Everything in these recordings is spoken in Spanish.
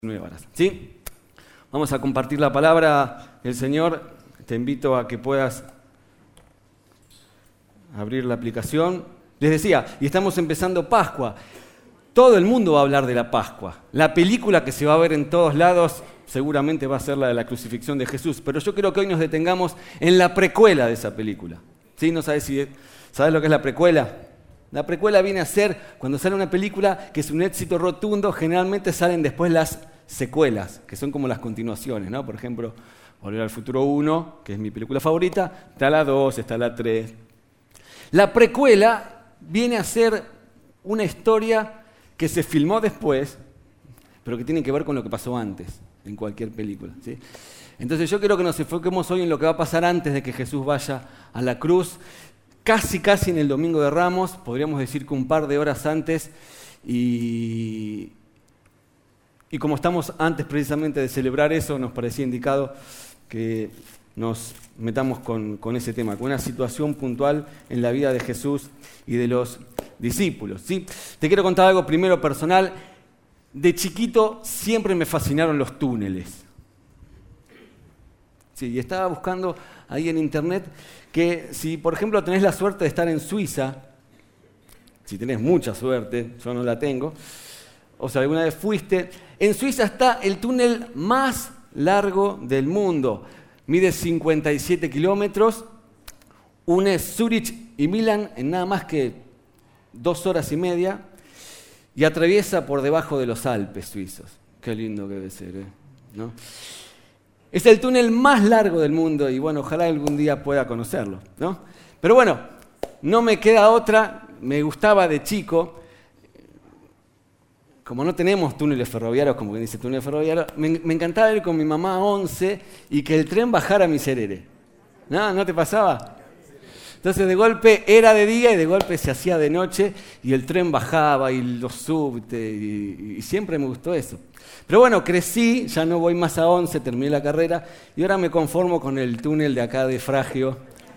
9 horas. ¿Sí? Vamos a compartir la palabra del Señor. Te invito a que puedas abrir la aplicación. Les decía, y estamos empezando Pascua. Todo el mundo va a hablar de la Pascua. La película que se va a ver en todos lados seguramente va a ser la de la crucifixión de Jesús. Pero yo quiero que hoy nos detengamos en la precuela de esa película. ¿Sí? ¿No sabes lo que es la precuela? La precuela viene a ser, cuando sale una película que es un éxito rotundo, generalmente salen después las secuelas, que son como las continuaciones, ¿no? Por ejemplo, Volver al Futuro 1, que es mi película favorita, está la 2, está la 3. La precuela viene a ser una historia que se filmó después, pero que tiene que ver con lo que pasó antes, en cualquier película, ¿sí? Entonces yo quiero que nos enfoquemos hoy en lo que va a pasar antes de que Jesús vaya a la cruz, casi en el Domingo de Ramos, podríamos decir que un par de horas antes, y como estamos antes precisamente de celebrar eso, nos parecía indicado que nos metamos con ese tema, con una situación puntual en la vida de Jesús y de los discípulos, ¿sí? Te quiero contar algo primero personal. De chiquito siempre me fascinaron los túneles. Sí, y estaba buscando ahí en internet que si, por ejemplo, tenés la suerte de estar en Suiza, si tenés mucha suerte, yo no la tengo, o sea, alguna vez fuiste, en Suiza está el túnel más largo del mundo. Mide 57 kilómetros, une Zúrich y Milán en nada más que 2 horas y media y atraviesa por debajo de los Alpes suizos. Qué lindo que debe ser, ¿no? Es el túnel más largo del mundo y bueno, ojalá algún día pueda conocerlo, ¿no? Pero bueno, no me queda otra, me gustaba de chico. Como no tenemos túneles ferroviarios, como quien dice túneles ferroviarios, me encantaba ir con mi mamá a 11 y que el tren bajara a Miserere. ¿No te pasaba? Entonces de golpe era de día y de golpe se hacía de noche y el tren bajaba y los subtes y siempre me gustó eso. Pero bueno, crecí, ya no voy más a 11, terminé la carrera y ahora me conformo con el túnel de acá de Fragio,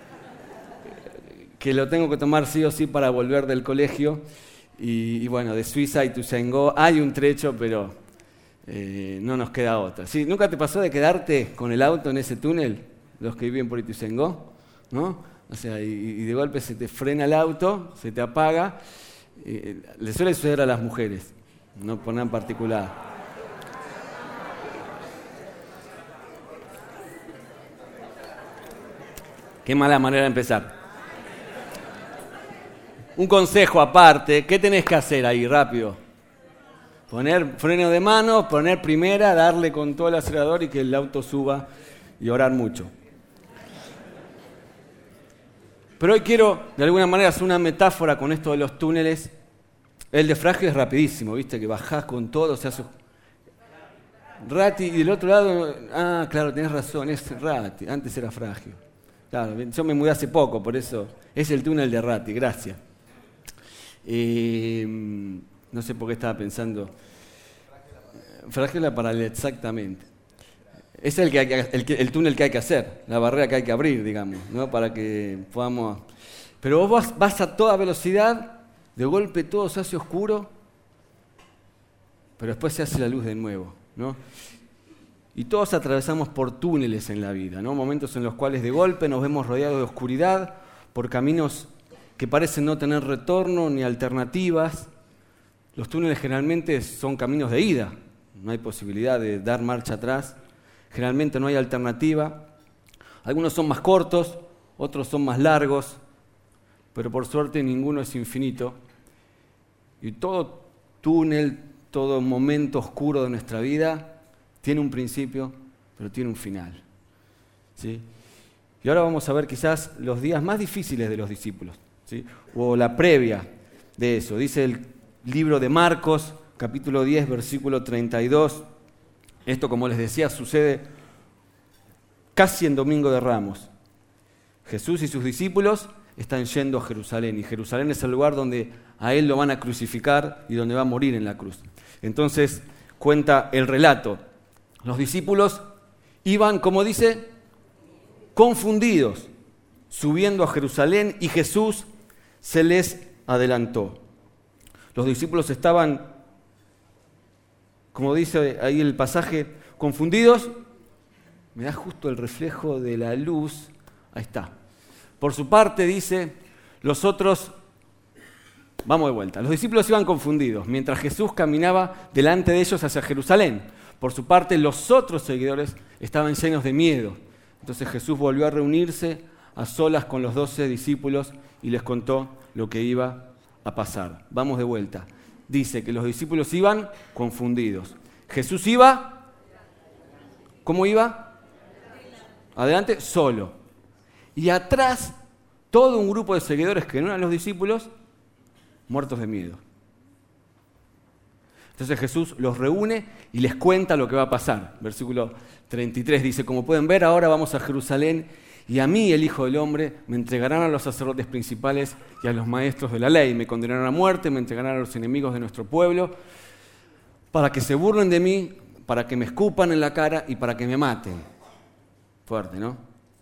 que lo tengo que tomar sí o sí para volver del colegio. Y bueno, de Suiza a Ituzaingó hay un trecho, pero no nos queda otra. ¿Sí? ¿Nunca te pasó de quedarte con el auto en ese túnel, los que viven por Ituzaingó? ¿No? O sea, y de golpe se te frena el auto, se te apaga. Le suele suceder a las mujeres, no por nada en particular. Qué mala manera de empezar. Un consejo aparte, ¿qué tenés que hacer ahí rápido? Poner freno de mano, poner primera, darle con todo el acelerador y que el auto suba y orar mucho. Pero hoy quiero de alguna manera hacer una metáfora con esto de los túneles. El de Fragio es rapidísimo, ¿viste? Que bajás con todo, se hace Ratti y del otro lado, claro, tenés razón, es Ratti, antes era Fragio. Claro, yo me mudé hace poco, por eso es el túnel de Ratti, gracias. No sé por qué estaba pensando. Fragio es la paralela, exactamente. Es el túnel que hay que hacer, la barrera que hay que abrir, digamos, ¿no? Para que podamos. Pero vos vas a toda velocidad, de golpe todo se hace oscuro, pero después se hace la luz de nuevo, ¿no? Y todos atravesamos por túneles en la vida, ¿no? Momentos en los cuales de golpe nos vemos rodeados de oscuridad, por caminos que parecen no tener retorno ni alternativas. Los túneles generalmente son caminos de ida, no hay posibilidad de dar marcha atrás, generalmente no hay alternativa. Algunos son más cortos, otros son más largos, pero por suerte ninguno es infinito. Y todo túnel, todo momento oscuro de nuestra vida tiene un principio, pero tiene un final, ¿sí? Y ahora vamos a ver quizás los días más difíciles de los discípulos, ¿sí? O la previa de eso. Dice el libro de Marcos, capítulo 10, versículo 32. Esto, como les decía, sucede casi en Domingo de Ramos. Jesús y sus discípulos están yendo a Jerusalén, y Jerusalén es el lugar donde a él lo van a crucificar y donde va a morir en la cruz. Entonces cuenta el relato. Los discípulos iban, como dice, confundidos, subiendo a Jerusalén, y Jesús se les adelantó. Los discípulos estaban como dice ahí el pasaje, confundidos. Me da justo el reflejo de la luz. Ahí está. Por su parte dice, los otros, vamos de vuelta, los discípulos iban confundidos mientras Jesús caminaba delante de ellos hacia Jerusalén. Por su parte, los otros seguidores estaban llenos de miedo. Entonces Jesús volvió a reunirse a solas con los 12 discípulos y les contó lo que iba a pasar. Vamos de vuelta. Dice que los discípulos iban confundidos. Jesús iba, ¿cómo iba? Adelante, solo. Y atrás, todo un grupo de seguidores que no eran los discípulos, muertos de miedo. Entonces Jesús los reúne y les cuenta lo que va a pasar. Versículo 33 dice, como pueden ver, ahora vamos a Jerusalén y a mí, el Hijo del Hombre, me entregarán a los sacerdotes principales y a los maestros de la ley. Me condenarán a muerte, me entregarán a los enemigos de nuestro pueblo, para que se burlen de mí, para que me escupan en la cara y para que me maten. Fuerte, ¿no?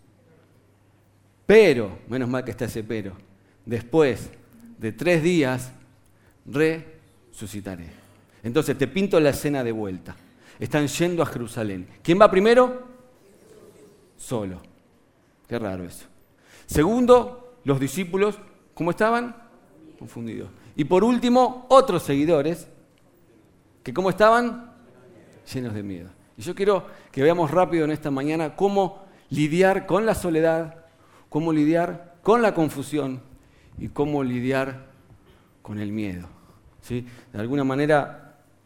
Pero, menos mal que está ese pero, después de 3 días resucitaré. Entonces te pinto la escena de vuelta. Están yendo a Jerusalén. ¿Quién va primero? Solo. Qué raro eso. Segundo, los discípulos, ¿cómo estaban? Confundidos. Y por último, otros seguidores, que ¿cómo estaban? Llenos de miedo. Y yo quiero que veamos rápido en esta mañana cómo lidiar con la soledad, cómo lidiar con la confusión y cómo lidiar con el miedo. ¿Sí? De alguna manera,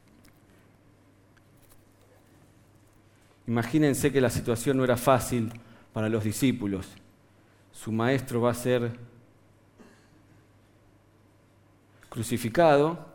imagínense que la situación no era fácil para los discípulos. Su maestro va a ser crucificado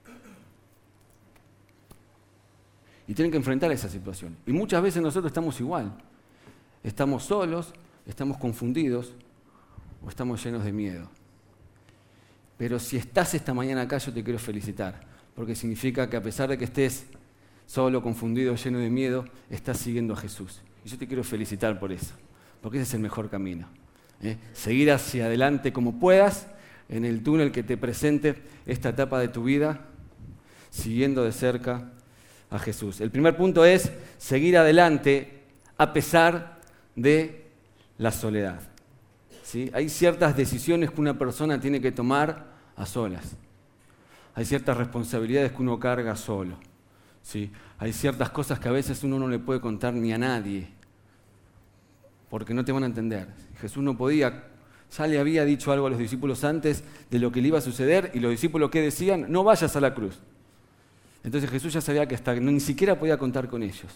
y tienen que enfrentar esa situación. Y muchas veces nosotros estamos igual. Estamos solos, estamos confundidos o estamos llenos de miedo. Pero si estás esta mañana acá, yo te quiero felicitar, porque significa que a pesar de que estés solo, confundido, lleno de miedo, estás siguiendo a Jesús. Y yo te quiero felicitar por eso, porque ese es el mejor camino. Seguir hacia adelante como puedas, en el túnel que te presente esta etapa de tu vida, siguiendo de cerca a Jesús. El primer punto es seguir adelante a pesar de la soledad. ¿Sí? Hay ciertas decisiones que una persona tiene que tomar a solas. Hay ciertas responsabilidades que uno carga solo. ¿Sí? Hay ciertas cosas que a veces uno no le puede contar ni a nadie, porque no te van a entender. Jesús no podía, ya le había dicho algo a los discípulos antes de lo que le iba a suceder, y los discípulos ¿qué decían? No vayas a la cruz. Entonces Jesús ya sabía que hasta ni siquiera podía contar con ellos.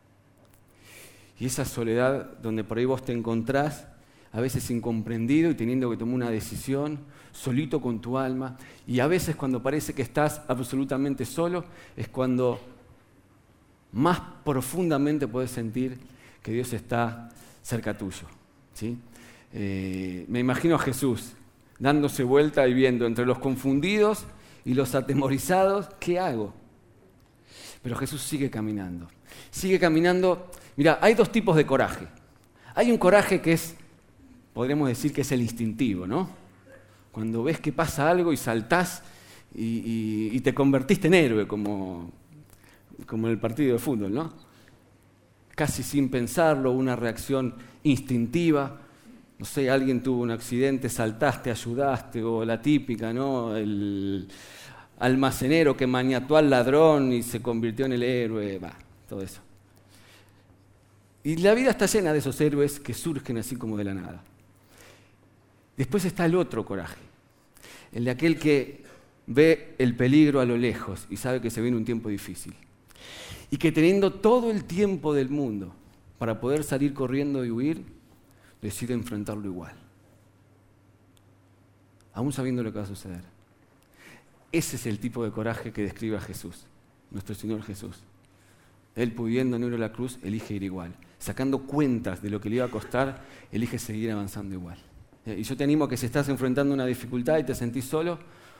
Y esa soledad donde por ahí vos te encontrás, a veces incomprendido y teniendo que tomar una decisión, solito con tu alma, y a veces cuando parece que estás absolutamente solo, es cuando más profundamente puedes sentir que Dios está cerca tuyo. ¿Sí? Me imagino a Jesús dándose vuelta y viendo entre los confundidos y los atemorizados, ¿qué hago? Pero Jesús sigue caminando. Sigue caminando. Mira, hay 2 tipos de coraje. Hay un coraje que es, podríamos decir que es el instintivo, ¿no? Cuando ves que pasa algo y saltás y te convertiste en héroe, como en el partido de fútbol, ¿no? Casi sin pensarlo, una reacción instintiva. No sé, alguien tuvo un accidente, saltaste, ayudaste, o la típica, ¿no? El almacenero que maniató al ladrón y se convirtió en el héroe, todo eso. Y la vida está llena de esos héroes que surgen así como de la nada. Después está el otro coraje, el de aquel que ve el peligro a lo lejos y sabe que se viene un tiempo difícil. Y que teniendo todo el tiempo del mundo para poder salir corriendo y huir, decide enfrentarlo igual. Aún sabiendo lo que va a suceder. Ese es el tipo de coraje que describe a Jesús, nuestro Señor Jesús. Él, pudiendo no ir a la cruz, elige ir igual. Sacando cuentas de lo que le iba a costar, elige seguir avanzando igual. Y yo te animo a que si estás enfrentando una dificultad y te sentís solo,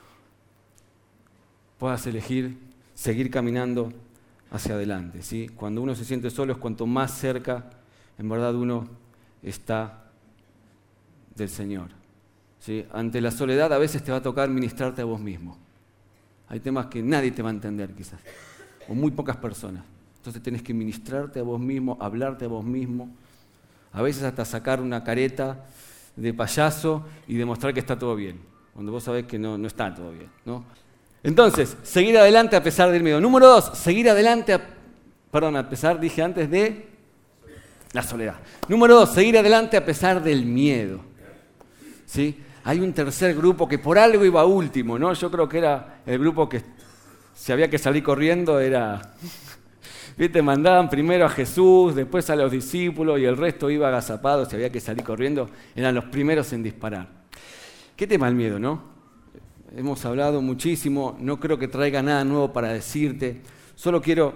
puedas elegir seguir caminando hacia adelante. ¿Sí? Cuando uno se siente solo es cuanto más cerca, en verdad, uno está del Señor. ¿Sí? Ante la soledad a veces te va a tocar ministrarte a vos mismo. Hay temas que nadie te va a entender quizás. o muy pocas personas. Entonces tenés que ministrarte a vos mismo, hablarte a vos mismo, a veces hasta sacar una careta de payaso y demostrar que está todo bien, cuando vos sabés que no está todo bien, ¿no? Entonces, seguir adelante a pesar del miedo. Número 2, seguir adelante a pesar, dije antes, de la soledad. Número 2, seguir adelante a pesar del miedo. ¿Sí? Hay un tercer grupo que por algo iba último, ¿no? Yo creo que era el grupo que si había que salir corriendo era... ¿Viste? Mandaban primero a Jesús, después a los discípulos y el resto iba agazapado, si había que salir corriendo, eran los primeros en disparar. ¿Qué tema el miedo, no? Hemos hablado muchísimo, no creo que traiga nada nuevo para decirte, solo quiero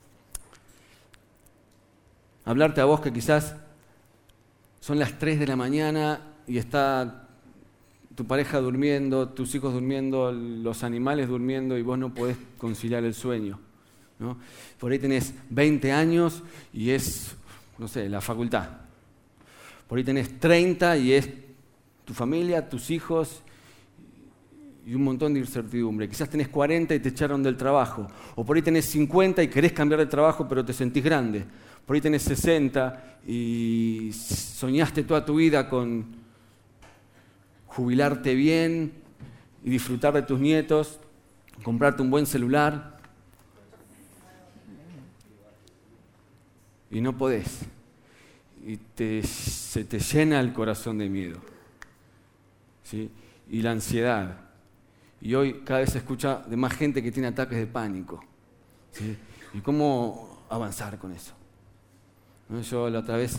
hablarte a vos que quizás son las 3 de la mañana y está tu pareja durmiendo, tus hijos durmiendo, los animales durmiendo y vos no podés conciliar el sueño, ¿no? Por ahí tenés 20 años y es, no sé, la facultad. Por ahí tenés 30 y es tu familia, tus hijos y un montón de incertidumbre. Quizás tenés 40 y te echaron del trabajo. O por ahí tenés 50 y querés cambiar de trabajo pero te sentís grande. Por ahí tenés 60 y soñaste toda tu vida con jubilarte bien y disfrutar de tus nietos, comprarte un buen celular. Y no podés. Y se te llena el corazón de miedo. ¿Sí? Y la ansiedad. Y hoy cada vez se escucha de más gente que tiene ataques de pánico. ¿Sí? ¿Y cómo avanzar con eso? ¿No? Yo la otra vez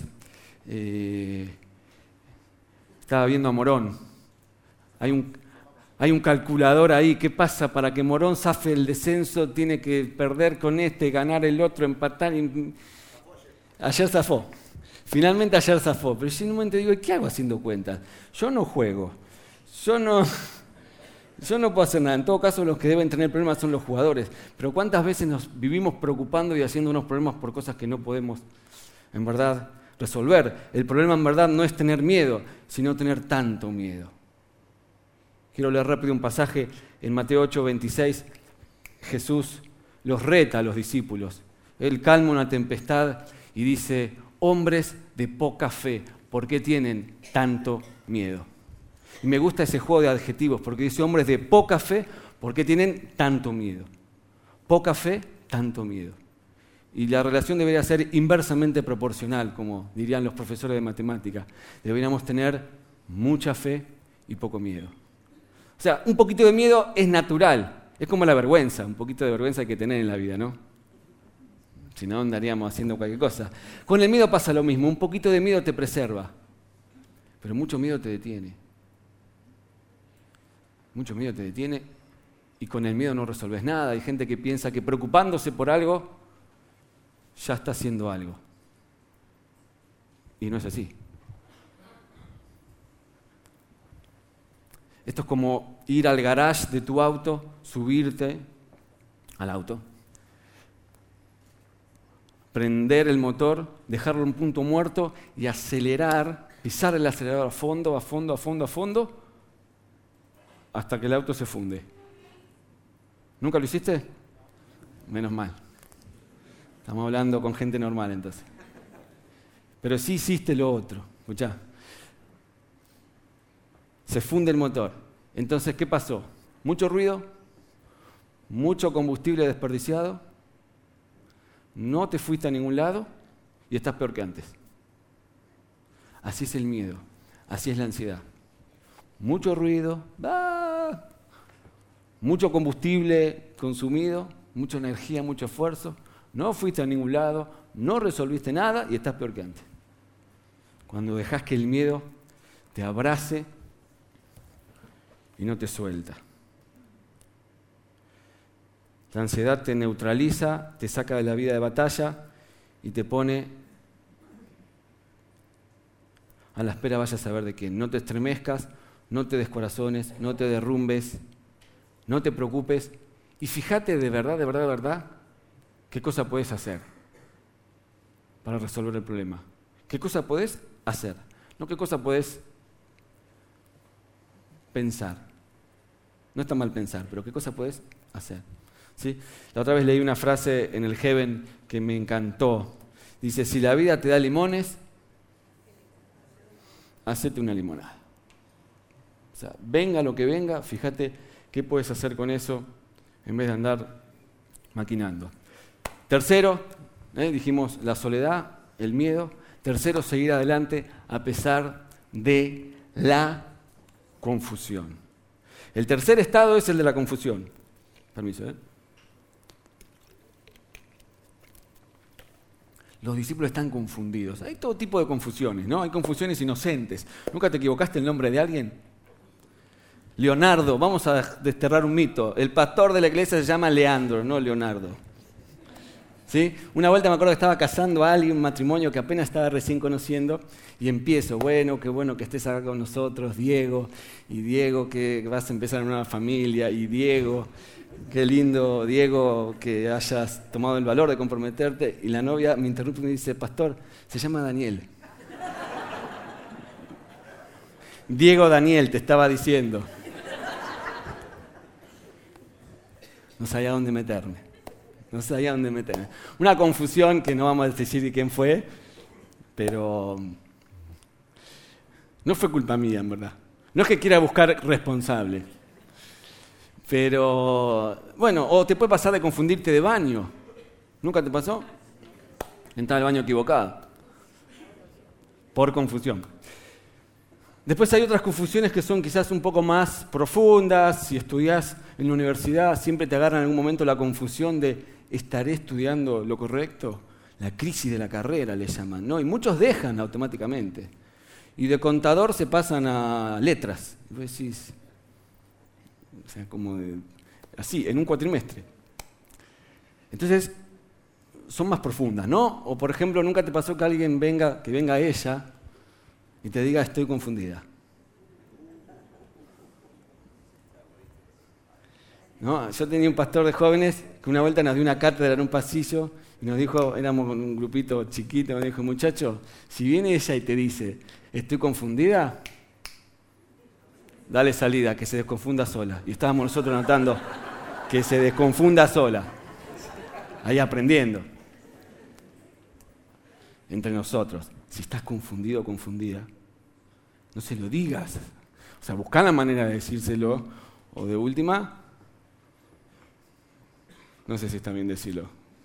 estaba viendo a Morón. Hay un calculador ahí. ¿Qué pasa? Para que Morón zafe el descenso tiene que perder con este, ganar el otro, empatar. Ayer zafó. Finalmente ayer zafó. Pero yo en un momento digo, ¿qué hago haciendo cuentas? Yo no juego. Yo no puedo hacer nada. En todo caso, los que deben tener problemas son los jugadores. Pero ¿cuántas veces nos vivimos preocupando y haciendo unos problemas por cosas que no podemos, en verdad, resolver? El problema, en verdad, no es tener miedo, sino tener tanto miedo. Quiero leer rápido un pasaje en Mateo 8:26. Jesús los reta a los discípulos. Él calma una tempestad y dice, hombres de poca fe, ¿por qué tienen tanto miedo? Y me gusta ese juego de adjetivos, porque dice hombres de poca fe, ¿por qué tienen tanto miedo? Poca fe, tanto miedo. Y la relación debería ser inversamente proporcional, como dirían los profesores de matemáticas. Deberíamos tener mucha fe y poco miedo. O sea, un poquito de miedo es natural, es como la vergüenza, un poquito de vergüenza hay que tener en la vida, ¿no? Si no, andaríamos haciendo cualquier cosa. Con el miedo pasa lo mismo, un poquito de miedo te preserva, pero mucho miedo te detiene. Mucho miedo te detiene y con el miedo no resolves nada. Hay gente que piensa que preocupándose por algo ya está haciendo algo. Y no es así. Esto es como ir al garage de tu auto, subirte al auto, prender el motor, dejarlo en un punto muerto y acelerar, pisar el acelerador a fondo, a fondo, a fondo, a fondo, hasta que el auto se funde. ¿Nunca lo hiciste? Menos mal. Estamos hablando con gente normal entonces. Pero sí hiciste lo otro. Escuchá. Se funde el motor. Entonces, ¿qué pasó? Mucho ruido, mucho combustible desperdiciado, no te fuiste a ningún lado y estás peor que antes. Así es el miedo, así es la ansiedad. Mucho ruido, mucho combustible consumido, mucha energía, mucho esfuerzo, no fuiste a ningún lado, no resolviste nada y estás peor que antes. Cuando dejas que el miedo te abrace y no te suelta. La ansiedad te neutraliza, te saca de la vida de batalla y te pone a la espera, vaya a saber de qué. No te estremezcas, no te descorazones, no te derrumbes, no te preocupes y fíjate de verdad, qué cosa puedes hacer para resolver el problema. ¿Qué cosa puedes hacer? No qué cosa puedes pensar. No está mal pensar, pero qué cosa puedes hacer. ¿sí? La otra vez leí una frase en el Heaven que me encantó. Dice, si la vida te da limones, hacete una limonada. O sea, venga lo que venga, fíjate qué puedes hacer con eso en vez de andar maquinando. Tercero, dijimos la soledad, el miedo. Tercero, seguir adelante a pesar de la confusión. El tercer estado es el de la confusión. Permiso, Los discípulos están confundidos. Hay todo tipo de confusiones, ¿no? Hay confusiones inocentes. ¿Nunca te equivocaste el nombre de alguien? Leonardo, vamos a desterrar un mito. El pastor de la iglesia se llama Leandro, no Leonardo. ¿Sí? Una vuelta me acuerdo que estaba casando a alguien, un matrimonio que apenas estaba recién conociendo, y empiezo, qué bueno que estés acá con nosotros, Diego, y Diego, que vas a empezar una nueva familia, y Diego, qué lindo, Diego, que hayas tomado el valor de comprometerte. Y la novia me interrumpe y me dice, pastor, se llama Daniel. Diego Daniel, te estaba diciendo. No sabía dónde meterme. Una confusión que no vamos a decir de quién fue, pero no fue culpa mía, en verdad. No es que quiera buscar responsable. Pero, o te puede pasar de confundirte de baño. ¿Nunca te pasó? Entrar al baño equivocado. Por confusión. Después hay otras confusiones que son quizás un poco más profundas. Si estudias en la universidad, siempre te agarra en algún momento la confusión de ¿estaré estudiando lo correcto? La crisis de la carrera le llaman, ¿no? Y muchos dejan automáticamente. Y de contador se pasan a letras. Y vos decís, así, en un cuatrimestre. Entonces, son más profundas, ¿no? O por ejemplo, ¿nunca te pasó que alguien venga ella y te diga estoy confundida? ¿No? Yo tenía un pastor de jóvenes que una vuelta nos dio una cátedra en un pasillo y nos dijo, éramos un grupito chiquito, nos dijo, muchachos, si viene ella y te dice estoy confundida, dale salida, que se desconfunda sola. Y estábamos nosotros notando que se desconfunda sola, ahí aprendiendo. Entre nosotros, si estás confundido o confundida, no se lo digas. O sea, buscá la manera de decírselo, o de última, no sé si está bien decirlo.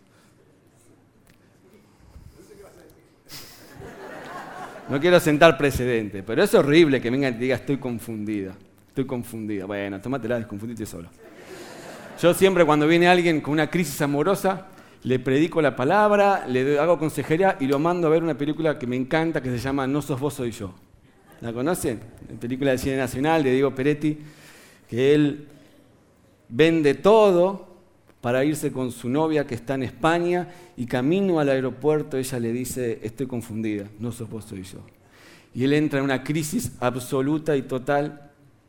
No quiero sentar precedente, pero es horrible que venga y te diga estoy confundida. Bueno, tómatela, desconfundite solo. Yo siempre cuando viene alguien con una crisis amorosa, le predico la palabra, hago consejería y lo mando a ver una película que me encanta que se llama No sos vos, soy yo. ¿La conocen? Una película de cine nacional de Diego Peretti, que él vende todo para irse con su novia que está en España y camino al aeropuerto ella le dice estoy confundida, no sos vos, soy yo. Y él entra en una crisis absoluta y total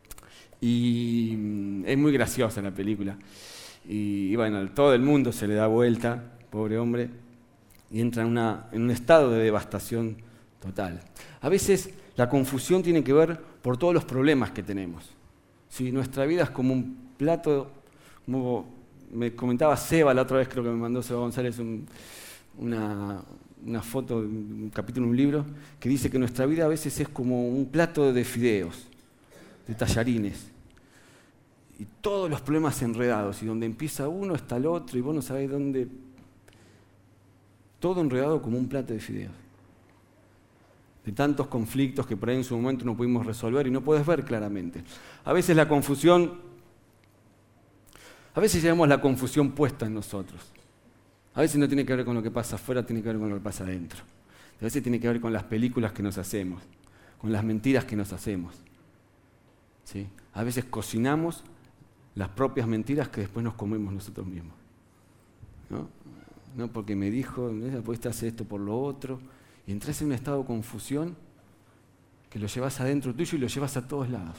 y es muy graciosa la película. Y bueno, todo el mundo se le da vuelta, pobre hombre, y entra en un estado de devastación total. A veces la confusión tiene que ver por todos los problemas que tenemos. ¿Sí? Nuestra vida es como un plato, como me comentaba Seba la otra vez, creo que me mandó Seba González una foto, un capítulo de un libro, que dice que nuestra vida a veces es como un plato de fideos, de tallarines. Y todos los problemas enredados, y donde empieza uno está el otro, y vos no sabés dónde. Todo enredado como un plato de fideos. De tantos conflictos que por ahí en su momento no pudimos resolver y no puedes ver claramente. A veces la confusión, a veces llevamos la confusión puesta en nosotros. A veces no tiene que ver con lo que pasa afuera, tiene que ver con lo que pasa adentro. A veces tiene que ver con las películas que nos hacemos, con las mentiras que nos hacemos. ¿Sí? A veces cocinamos las propias mentiras que después nos comemos nosotros mismos. ¿No? Porque me dijo, después te hace esto por lo otro, y entras en un estado de confusión que lo llevas adentro tuyo y lo llevas a todos lados.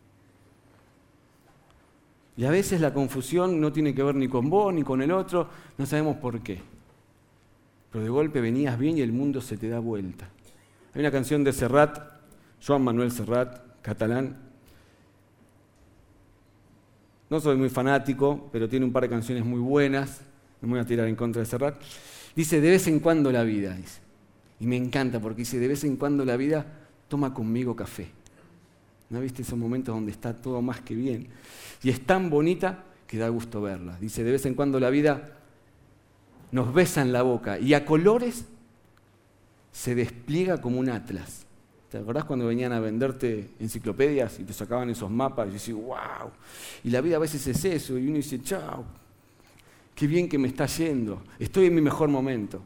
Y a veces la confusión no tiene que ver ni con vos ni con el otro, no sabemos por qué. Pero de golpe venías bien y el mundo se te da vuelta. Hay una canción de Serrat, Joan Manuel Serrat, catalán, no soy muy fanático, pero tiene un par de canciones muy buenas, no me voy a tirar en contra de Serrat. Dice, de vez en cuando la vida, dice. Y me encanta porque dice, de vez en cuando la vida toma conmigo café. ¿No viste esos momentos donde está todo más que bien? Y es tan bonita que da gusto verla. Dice, de vez en cuando la vida nos besa en la boca y a colores se despliega como un atlas. ¿Te acordás cuando venían a venderte enciclopedias y te sacaban esos mapas y decís, wow? Y la vida a veces es eso y uno dice, chao, qué bien que me está yendo, estoy en mi mejor momento.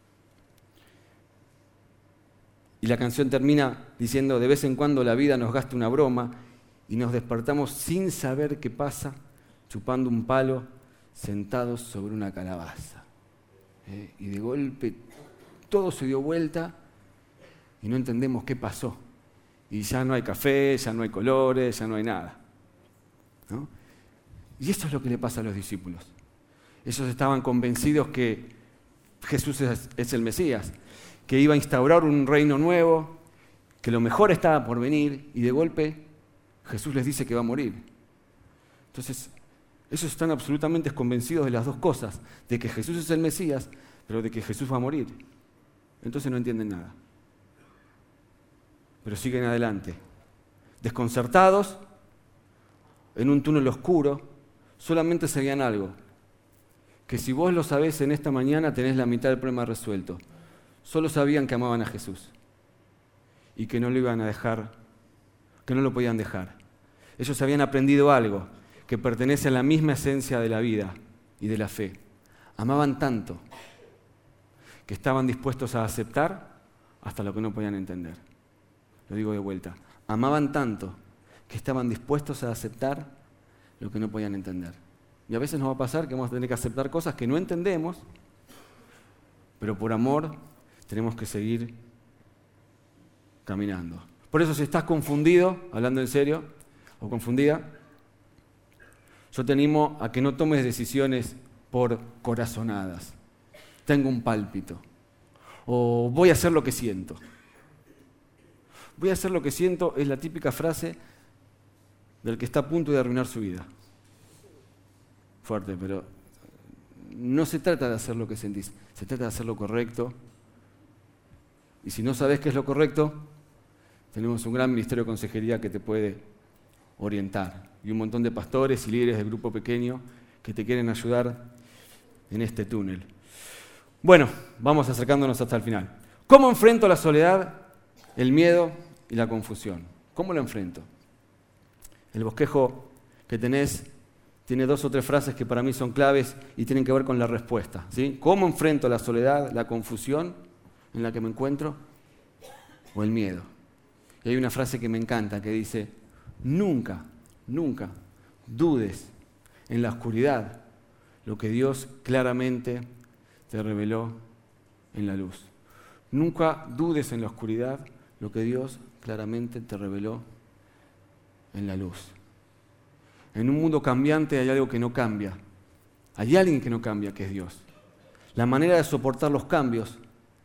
Y la canción termina diciendo, de vez en cuando la vida nos gasta una broma y nos despertamos sin saber qué pasa, chupando un palo, sentados sobre una calabaza. Y de golpe todo se dio vuelta y no entendemos qué pasó. Y ya no hay café, ya no hay colores, ya no hay nada. ¿No? Y eso es lo que le pasa a los discípulos. Ellos estaban convencidos que Jesús es el Mesías, que iba a instaurar un reino nuevo, que lo mejor estaba por venir, y de golpe Jesús les dice que va a morir. Entonces, ellos están absolutamente convencidos de las dos cosas, de que Jesús es el Mesías, pero de que Jesús va a morir. Entonces no entienden nada. Pero siguen adelante, desconcertados, en un túnel oscuro, solamente sabían algo, que si vos lo sabés en esta mañana tenés la mitad del problema resuelto. Solo sabían que amaban a Jesús y que no lo iban a dejar, que no lo podían dejar. Ellos habían aprendido algo que pertenece a la misma esencia de la vida y de la fe. Amaban tanto que estaban dispuestos a aceptar hasta lo que no podían entender. Lo digo de vuelta. Amaban tanto que estaban dispuestos a aceptar lo que no podían entender. Y a veces nos va a pasar que vamos a tener que aceptar cosas que no entendemos, pero por amor tenemos que seguir caminando. Por eso si estás confundido, hablando en serio, o confundida, yo te animo a que no tomes decisiones por corazonadas. Tengo un pálpito. O voy a hacer lo que siento. Voy a hacer lo que siento es la típica frase del que está a punto de arruinar su vida. Fuerte, pero no se trata de hacer lo que sentís, se trata de hacer lo correcto. Y si no sabés qué es lo correcto, tenemos un gran ministerio de consejería que te puede orientar. Y un montón de pastores y líderes de grupo pequeño que te quieren ayudar en este túnel. Bueno, vamos acercándonos hasta el final. ¿Cómo enfrento la soledad, el miedo y la confusión? ¿Cómo lo enfrento? El bosquejo que tenés tiene 2 o 3 frases que para mí son claves y tienen que ver con la respuesta, ¿sí? ¿Cómo enfrento la soledad, la confusión en la que me encuentro o el miedo? Y hay una frase que me encanta que dice, nunca, nunca dudes en la oscuridad lo que Dios claramente te reveló en la luz. Nunca dudes en la oscuridad lo que Dios claramente te reveló en la luz. En un mundo cambiante hay algo que no cambia. Hay alguien que no cambia, que es Dios. La manera de soportar los cambios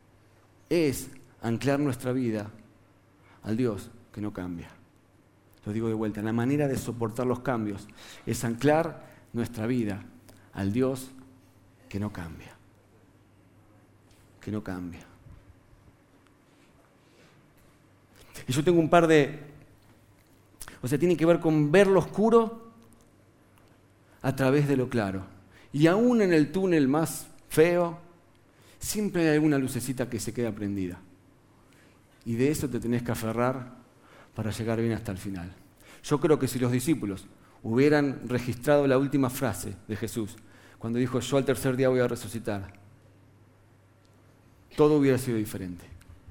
es anclar nuestra vida al Dios que no cambia. Lo digo de vuelta, la manera de soportar los cambios es anclar nuestra vida al Dios que no cambia. Que no cambia. Y yo tengo un par de... tiene que ver con ver lo oscuro a través de lo claro. Y aún en el túnel más feo, siempre hay alguna lucecita que se queda prendida. Y de eso te tenés que aferrar para llegar bien hasta el final. Yo creo que si los discípulos hubieran registrado la última frase de Jesús, cuando dijo, yo al tercer día voy a resucitar, todo hubiera sido diferente.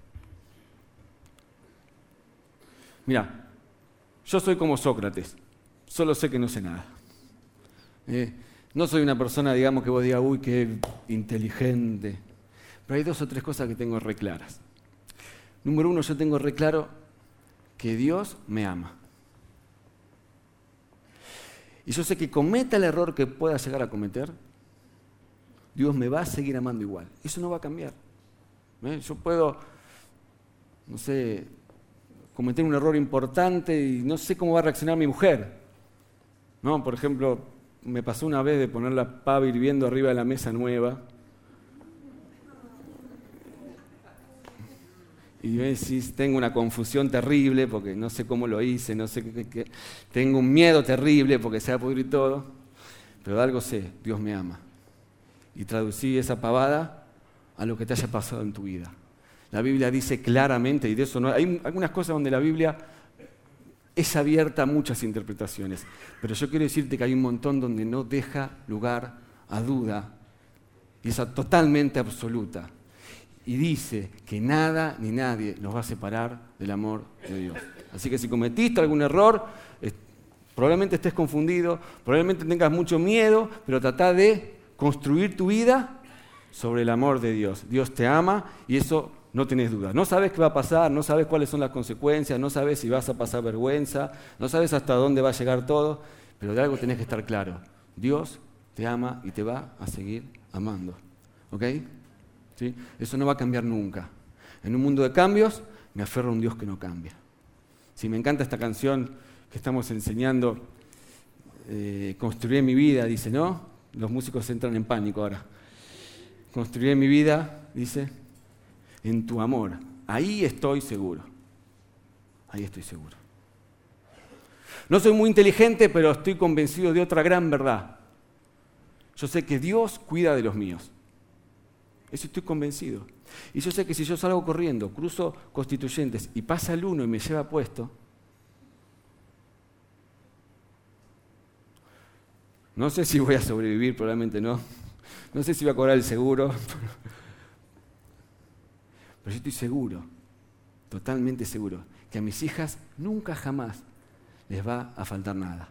Mira, yo soy como Sócrates, solo sé que no sé nada. No soy una persona, digamos, que vos digas, uy, qué inteligente. Pero hay 2 o 3 cosas que tengo re claras. Número 1, yo tengo re claro que Dios me ama. Y yo sé que cometa el error que pueda llegar a cometer, Dios me va a seguir amando igual. Eso no va a cambiar. Yo puedo, cometer un error importante y no sé cómo va a reaccionar mi mujer. ¿No? Por ejemplo, me pasó una vez de poner la pava hirviendo arriba de la mesa nueva. Y me decís, tengo una confusión terrible porque no sé cómo lo hice, no sé qué. Tengo un miedo terrible porque se va a pudrir todo. Pero de algo sé, Dios me ama. Y traducí esa pavada a lo que te haya pasado en tu vida. La Biblia dice claramente, y de eso no hay algunas cosas donde la Biblia es abierta a muchas interpretaciones, pero yo quiero decirte que hay un montón donde no deja lugar a duda, y es totalmente absoluta. Y dice que nada ni nadie nos va a separar del amor de Dios. Así que si cometiste algún error, probablemente estés confundido, probablemente tengas mucho miedo, pero trata de construir tu vida sobre el amor de Dios. Dios te ama y eso no tenés duda. No sabes qué va a pasar, no sabes cuáles son las consecuencias, no sabes si vas a pasar vergüenza, no sabes hasta dónde va a llegar todo, pero de algo tenés que estar claro. Dios te ama y te va a seguir amando. ¿Ok? ¿Sí? Eso no va a cambiar nunca. En un mundo de cambios, me aferro a un Dios que no cambia. Sí, me encanta esta canción que estamos enseñando, Construiré mi vida, dice, ¿no? Los músicos entran en pánico ahora. Construiré mi vida, dice, en tu amor. Ahí estoy seguro. Ahí estoy seguro. No soy muy inteligente, pero estoy convencido de otra gran verdad. Yo sé que Dios cuida de los míos. Eso estoy convencido. Y yo sé que si yo salgo corriendo, cruzo Constituyentes y pasa el uno y me lleva puesto, no sé si voy a sobrevivir, probablemente no. No sé si voy a cobrar el seguro. Pero yo estoy seguro, totalmente seguro, que a mis hijas nunca jamás les va a faltar nada.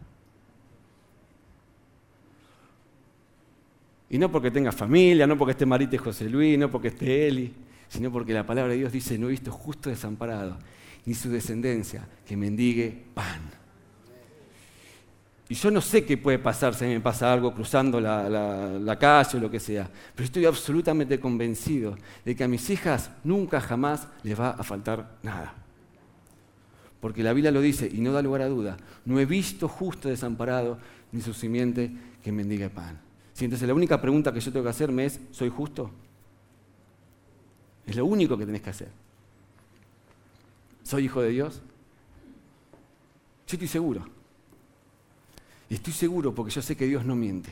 Y no porque tenga familia, no porque esté Marita y José Luis, no porque esté Eli, sino porque la palabra de Dios dice, no he visto justo desamparado, ni su descendencia que mendigue pan. Y yo no sé qué puede pasar si me pasa algo cruzando la calle o lo que sea, pero estoy absolutamente convencido de que a mis hijas nunca jamás les va a faltar nada. Porque la Biblia lo dice y no da lugar a duda, no he visto justo desamparado, ni su simiente que mendigue pan. Sí, entonces la única pregunta que yo tengo que hacerme es, ¿soy justo? Es lo único que tenés que hacer. ¿Soy hijo de Dios? Yo estoy seguro. Y estoy seguro porque yo sé que Dios no miente.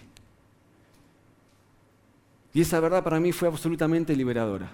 Y esa verdad para mí fue absolutamente liberadora.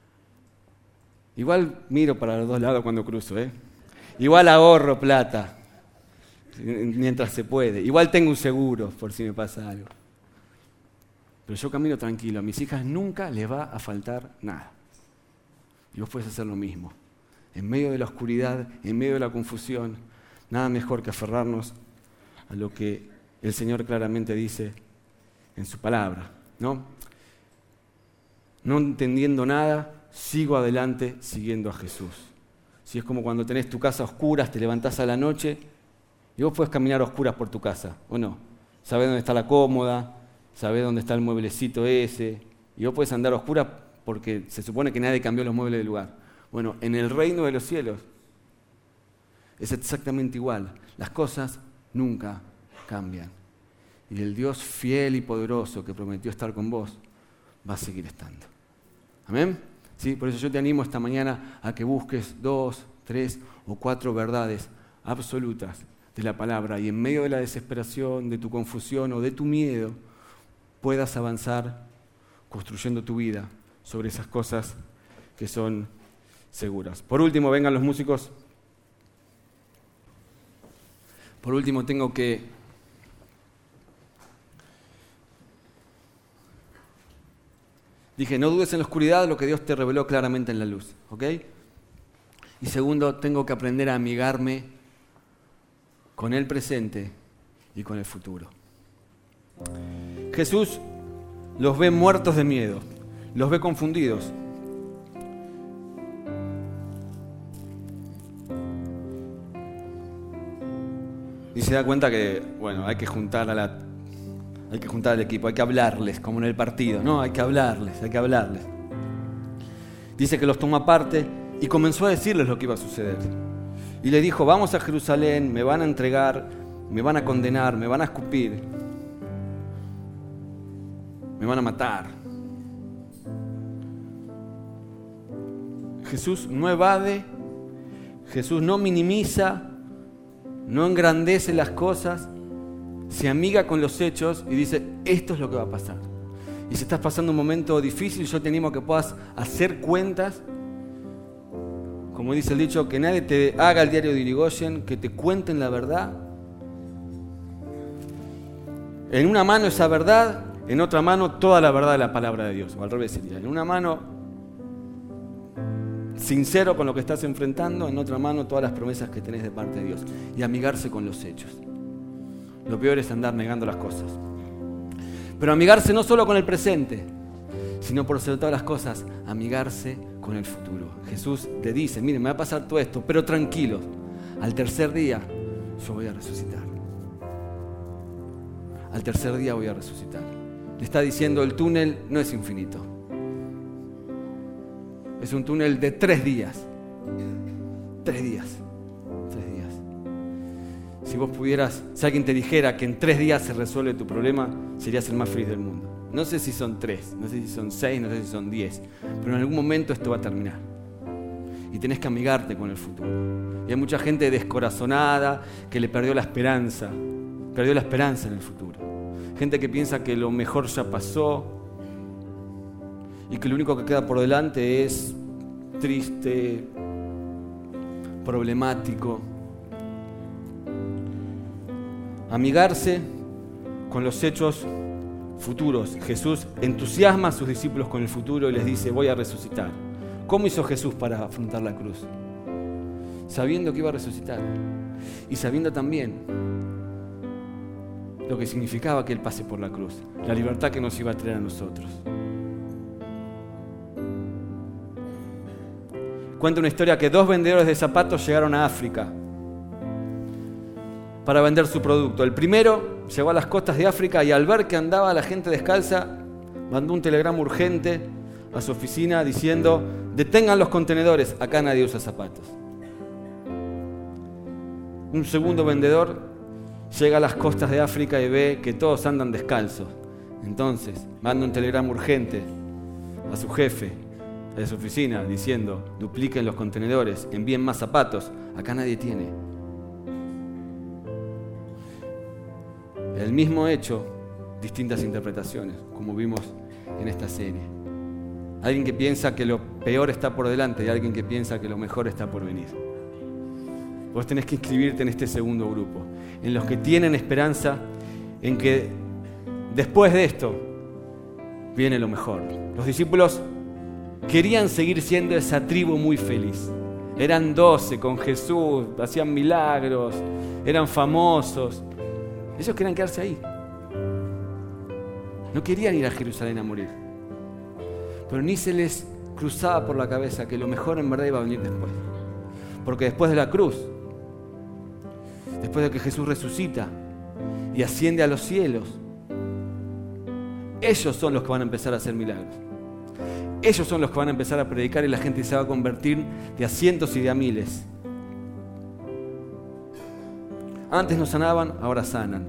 Igual miro para los dos lados cuando cruzo, Igual ahorro plata mientras se puede. Igual tengo un seguro por si me pasa algo. Pero yo camino tranquilo, a mis hijas nunca les va a faltar nada. Y vos podés hacer lo mismo. En medio de la oscuridad, en medio de la confusión, nada mejor que aferrarnos a lo que el Señor claramente dice en su palabra, ¿no? No entendiendo nada, sigo adelante siguiendo a Jesús. Si es como cuando tenés tu casa a oscuras, te levantás a la noche y vos podés caminar a oscuras por tu casa, ¿o no? Sabés dónde está la cómoda, sabés dónde está el mueblecito ese, y vos podés andar a oscuras porque se supone que nadie cambió los muebles del lugar. Bueno, en el reino de los cielos es exactamente igual. Las cosas nunca cambian. Y el Dios fiel y poderoso que prometió estar con vos va a seguir estando. ¿Amén? ¿Sí? Por eso yo te animo esta mañana a que busques 2, 3 o 4 verdades absolutas de la palabra y en medio de la desesperación, de tu confusión o de tu miedo, puedas avanzar construyendo tu vida sobre esas cosas que son seguras. Por último, vengan los músicos. Por último, tengo que dije, no dudes en la oscuridad lo que Dios te reveló claramente en la luz, ¿ok? Y segundo, tengo que aprender a amigarme con el presente y con el futuro. Jesús los ve muertos de miedo, los ve confundidos. Y se da cuenta que, bueno, hay que juntar al equipo, hay que hablarles, como en el partido, ¿no? Hay que hablarles. Dice que los tomó aparte y comenzó a decirles lo que iba a suceder. Y le dijo, vamos a Jerusalén, me van a entregar, me van a condenar, me van a escupir, me van a matar. Jesús no evade, Jesús no minimiza, no engrandece las cosas, se amiga con los hechos y dice, esto es lo que va a pasar. Y si estás pasando un momento difícil, yo te animo a que puedas hacer cuentas. Como dice el dicho, que nadie te haga el diario de Irigoyen, que te cuenten la verdad. En una mano esa verdad, en otra mano toda la verdad de la palabra de Dios. O al revés sería, en una mano sincero con lo que estás enfrentando, en otra mano todas las promesas que tenés de parte de Dios. Y amigarse con los hechos. Lo peor es andar negando las cosas. Pero amigarse no solo con el presente, sino por sobre todas las cosas, amigarse con el futuro. Jesús te dice, miren, me va a pasar todo esto, pero tranquilos, al tercer día yo voy a resucitar. Al tercer día voy a resucitar. Le está diciendo, el túnel no es infinito. Es un túnel de 3 días. 3 días. 3 días. Si vos pudieras, si alguien te dijera que en 3 días se resuelve tu problema, serías el más feliz del mundo. No sé si son 3, no sé si son 6, no sé si son 10, pero en algún momento esto va a terminar. Y tenés que amigarte con el futuro. Y hay mucha gente descorazonada que le perdió la esperanza en el futuro. Gente que piensa que lo mejor ya pasó y que lo único que queda por delante es triste, problemático. Amigarse con los hechos futuros. Jesús entusiasma a sus discípulos con el futuro y les dice, voy a resucitar. ¿Cómo hizo Jesús para afrontar la cruz? Sabiendo que iba a resucitar y sabiendo también lo que significaba que Él pase por la cruz, la libertad que nos iba a traer a nosotros. Cuenta una historia que 2 vendedores de zapatos llegaron a África para vender su producto. El primero llegó a las costas de África y al ver que andaba la gente descalza, mandó un telegrama urgente a su oficina diciendo, detengan los contenedores, acá nadie usa zapatos. Un segundo vendedor llega a las costas de África y ve que todos andan descalzos. Entonces manda un telegrama urgente a su jefe, a su oficina, diciendo, dupliquen los contenedores, envíen más zapatos, acá nadie tiene. El mismo hecho, distintas interpretaciones, como vimos en esta serie. Alguien que piensa que lo peor está por delante y alguien que piensa que lo mejor está por venir. Vos tenés que inscribirte en este segundo grupo, en los que tienen esperanza en que después de esto viene lo mejor. Los discípulos querían seguir siendo esa tribu muy feliz. Eran 12 con Jesús, hacían milagros, eran famosos. Ellos querían quedarse ahí. No querían ir a Jerusalén a morir. Pero ni se les cruzaba por la cabeza que lo mejor en verdad iba a venir después. Porque después de la cruz, después de que Jesús resucita y asciende a los cielos, ellos son los que van a empezar a hacer milagros. Ellos son los que van a empezar a predicar y la gente se va a convertir de a cientos y de a miles. Antes no sanaban, ahora sanan.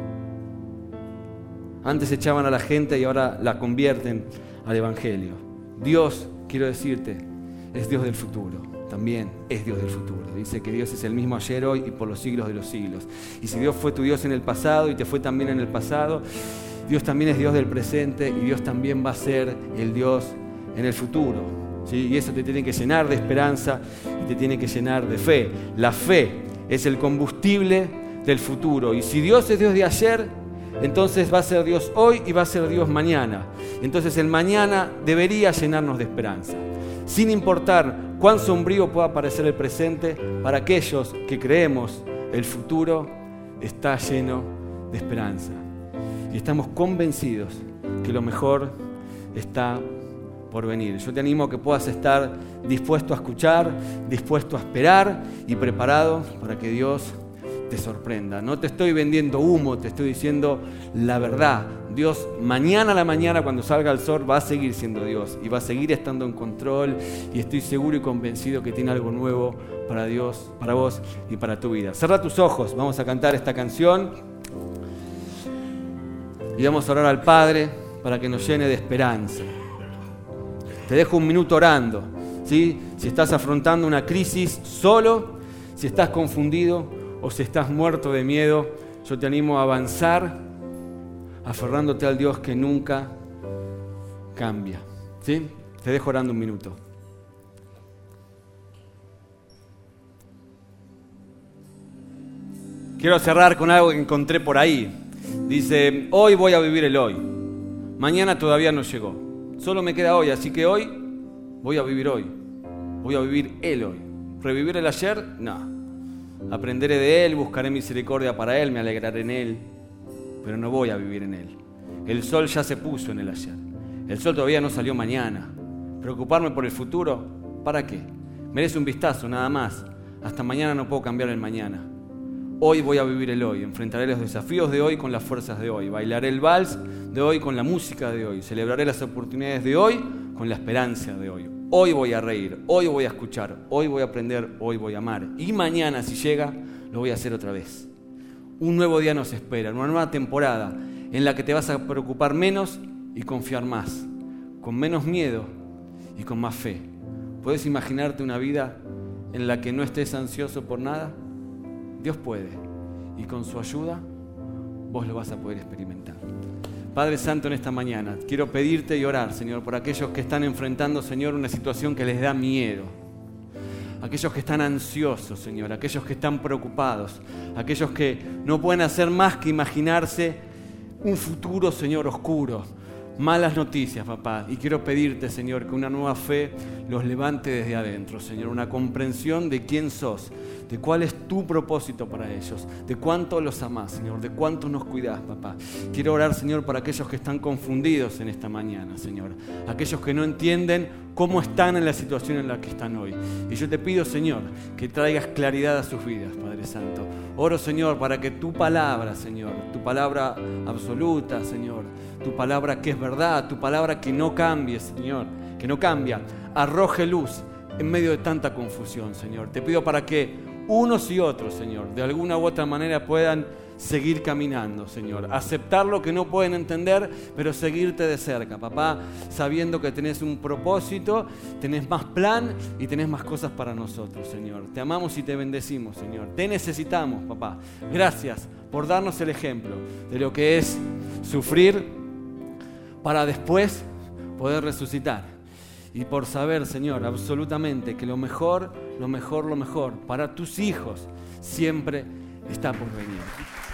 Antes echaban a la gente y ahora la convierten al Evangelio. Dios, quiero decirte, es Dios del futuro. También es Dios del futuro. Dice que Dios es el mismo ayer, hoy y por los siglos de los siglos. Y si Dios fue tu Dios en el pasado y te fue también en el pasado, Dios también es Dios del presente y Dios también va a ser el Dios en el futuro. ¿Sí? Y eso te tiene que llenar de esperanza y te tiene que llenar de fe. La fe es el combustible del futuro. Y si Dios es Dios de ayer, entonces va a ser Dios hoy y va a ser Dios mañana. Entonces el mañana debería llenarnos de esperanza. Sin importar cuán sombrío pueda parecer el presente, para aquellos que creemos, el futuro está lleno de esperanza. Y estamos convencidos que lo mejor está por venir. Yo te animo a que puedas estar dispuesto a escuchar, dispuesto a esperar y preparado para que Dios te sorprenda. No te estoy vendiendo humo, te estoy diciendo la verdad Dios mañana a la mañana cuando salga el sol va a seguir siendo Dios y va a seguir estando en control, y estoy seguro y convencido que tiene algo nuevo para Dios, para vos y para tu vida. Cerra tus ojos, vamos a cantar esta canción y vamos a orar al Padre para que nos llene de esperanza. Te dejo un minuto orando, ¿sí? Si estás afrontando una crisis solo, si estás confundido o si estás muerto de miedo, yo te animo a avanzar aferrándote al Dios que nunca cambia, ¿sí? Te dejo orando un minuto. Quiero cerrar con algo que encontré por ahí. Dice, hoy voy a vivir el hoy. Mañana todavía no llegó. Solo me queda hoy, así que hoy voy a vivir hoy. Voy a vivir el hoy. ¿Revivir el ayer? No. Aprenderé de él, buscaré misericordia para él, me alegraré en él. Pero no voy a vivir en él. El sol ya se puso en el ayer. El sol todavía no salió mañana. ¿Preocuparme por el futuro? ¿Para qué? Merece un vistazo, nada más. Hasta mañana no puedo cambiar el mañana. Hoy voy a vivir el hoy. Enfrentaré los desafíos de hoy con las fuerzas de hoy. Bailaré el vals de hoy con la música de hoy. Celebraré las oportunidades de hoy con la esperanza de hoy. Hoy voy a reír, hoy voy a escuchar, hoy voy a aprender, hoy voy a amar. Y mañana, si llega, lo voy a hacer otra vez. Un nuevo día nos espera, una nueva temporada en la que te vas a preocupar menos y confiar más, con menos miedo y con más fe. ¿Puedes imaginarte una vida en la que no estés ansioso por nada? Dios puede, y con su ayuda vos lo vas a poder experimentar. Padre Santo, en esta mañana quiero pedirte y orar, Señor, por aquellos que están enfrentando, Señor, una situación que les da miedo. Aquellos que están ansiosos, Señor, aquellos que están preocupados, aquellos que no pueden hacer más que imaginarse un futuro, Señor, oscuro, malas noticias, papá. Y quiero pedirte, Señor, que una nueva fe los levante desde adentro, Señor, una comprensión de quién sos, de cuál es tu propósito para ellos, de cuánto los amás, Señor, de cuánto nos cuidás, papá. Quiero orar, Señor, para aquellos que están confundidos en esta mañana, Señor, aquellos que no entienden cómo están en la situación en la que están hoy. Y yo te pido, Señor, que traigas claridad a sus vidas, Padre Santo. Oro, Señor, para que tu palabra, Señor, tu palabra absoluta, Señor, tu palabra que es verdad, tu palabra que no cambie, Señor, que no cambia, arroje luz en medio de tanta confusión, Señor. Te pido para que unos y otros, Señor, de alguna u otra manera puedan seguir caminando, Señor. Aceptar lo que no pueden entender, pero seguirte de cerca, papá, sabiendo que tenés un propósito, tenés más plan y tenés más cosas para nosotros, Señor. Te amamos y te bendecimos, Señor. Te necesitamos, papá. Gracias por darnos el ejemplo de lo que es sufrir para después poder resucitar. Y por saber, Señor, absolutamente que lo mejor para tus hijos siempre está por venir.